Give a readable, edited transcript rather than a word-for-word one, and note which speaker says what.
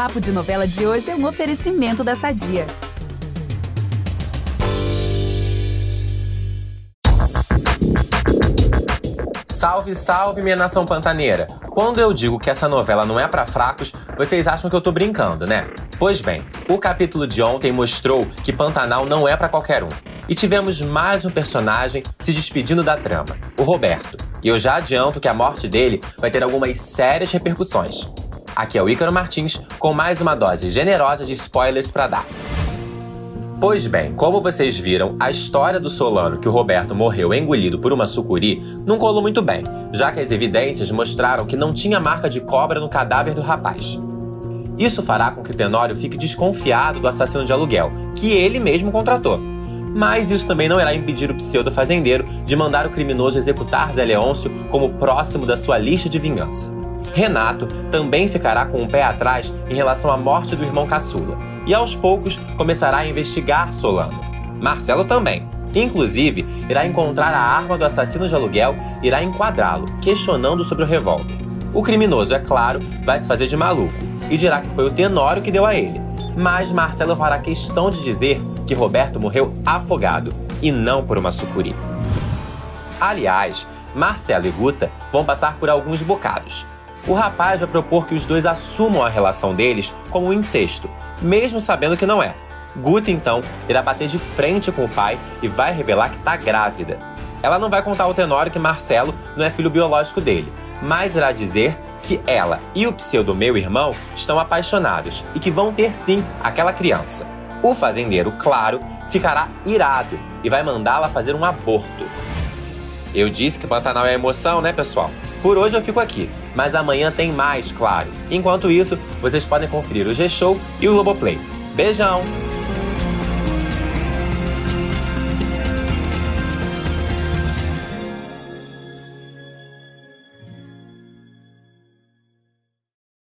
Speaker 1: Papo de Novela de hoje é um oferecimento da Sadia.
Speaker 2: Salve, salve, minha nação pantaneira! Quando eu digo que essa novela não é pra fracos, vocês acham que eu tô brincando, né? Pois bem, o capítulo de ontem mostrou que Pantanal não é pra qualquer um. E tivemos mais um personagem se despedindo da trama, o Roberto. E eu já adianto que a morte dele vai ter algumas sérias repercussões. Aqui é o Ícaro Martins com mais uma dose generosa de spoilers pra dar. Pois bem, como vocês viram, a história do Solano que o Roberto morreu engolido por uma sucuri não colou muito bem, já que as evidências mostraram que não tinha marca de cobra no cadáver do rapaz. Isso fará com que o Tenório fique desconfiado do assassino de aluguel, que ele mesmo contratou. Mas isso também não irá impedir o pseudo-fazendeiro de mandar o criminoso executar Zé Leôncio como próximo da sua lista de vingança. Renato também ficará com um pé atrás em relação à morte do irmão caçula, e aos poucos começará a investigar Solano. Marcelo também. Inclusive, irá encontrar a arma do assassino de aluguel e irá enquadrá-lo, questionando sobre o revólver. O criminoso, é claro, vai se fazer de maluco e dirá que foi o Tenório que deu a ele. Mas Marcelo fará questão de dizer que Roberto morreu afogado e não por uma sucuri. Aliás, Marcelo e Guta vão passar por alguns bocados. O rapaz vai propor que os dois assumam a relação deles como um incesto, mesmo sabendo que não é. Guta, então, irá bater de frente com o pai e vai revelar que está grávida. Ela não vai contar ao Tenório que Marcelo não é filho biológico dele, mas irá dizer que ela e o pseudo-meu irmão estão apaixonados e que vão ter sim aquela criança. O fazendeiro, claro, ficará irado e vai mandá-la fazer um aborto. Eu disse que Pantanal é emoção, né, pessoal? Por hoje eu fico aqui, mas amanhã tem mais, claro. Enquanto isso, vocês podem conferir o G-Show e o Globoplay. Beijão!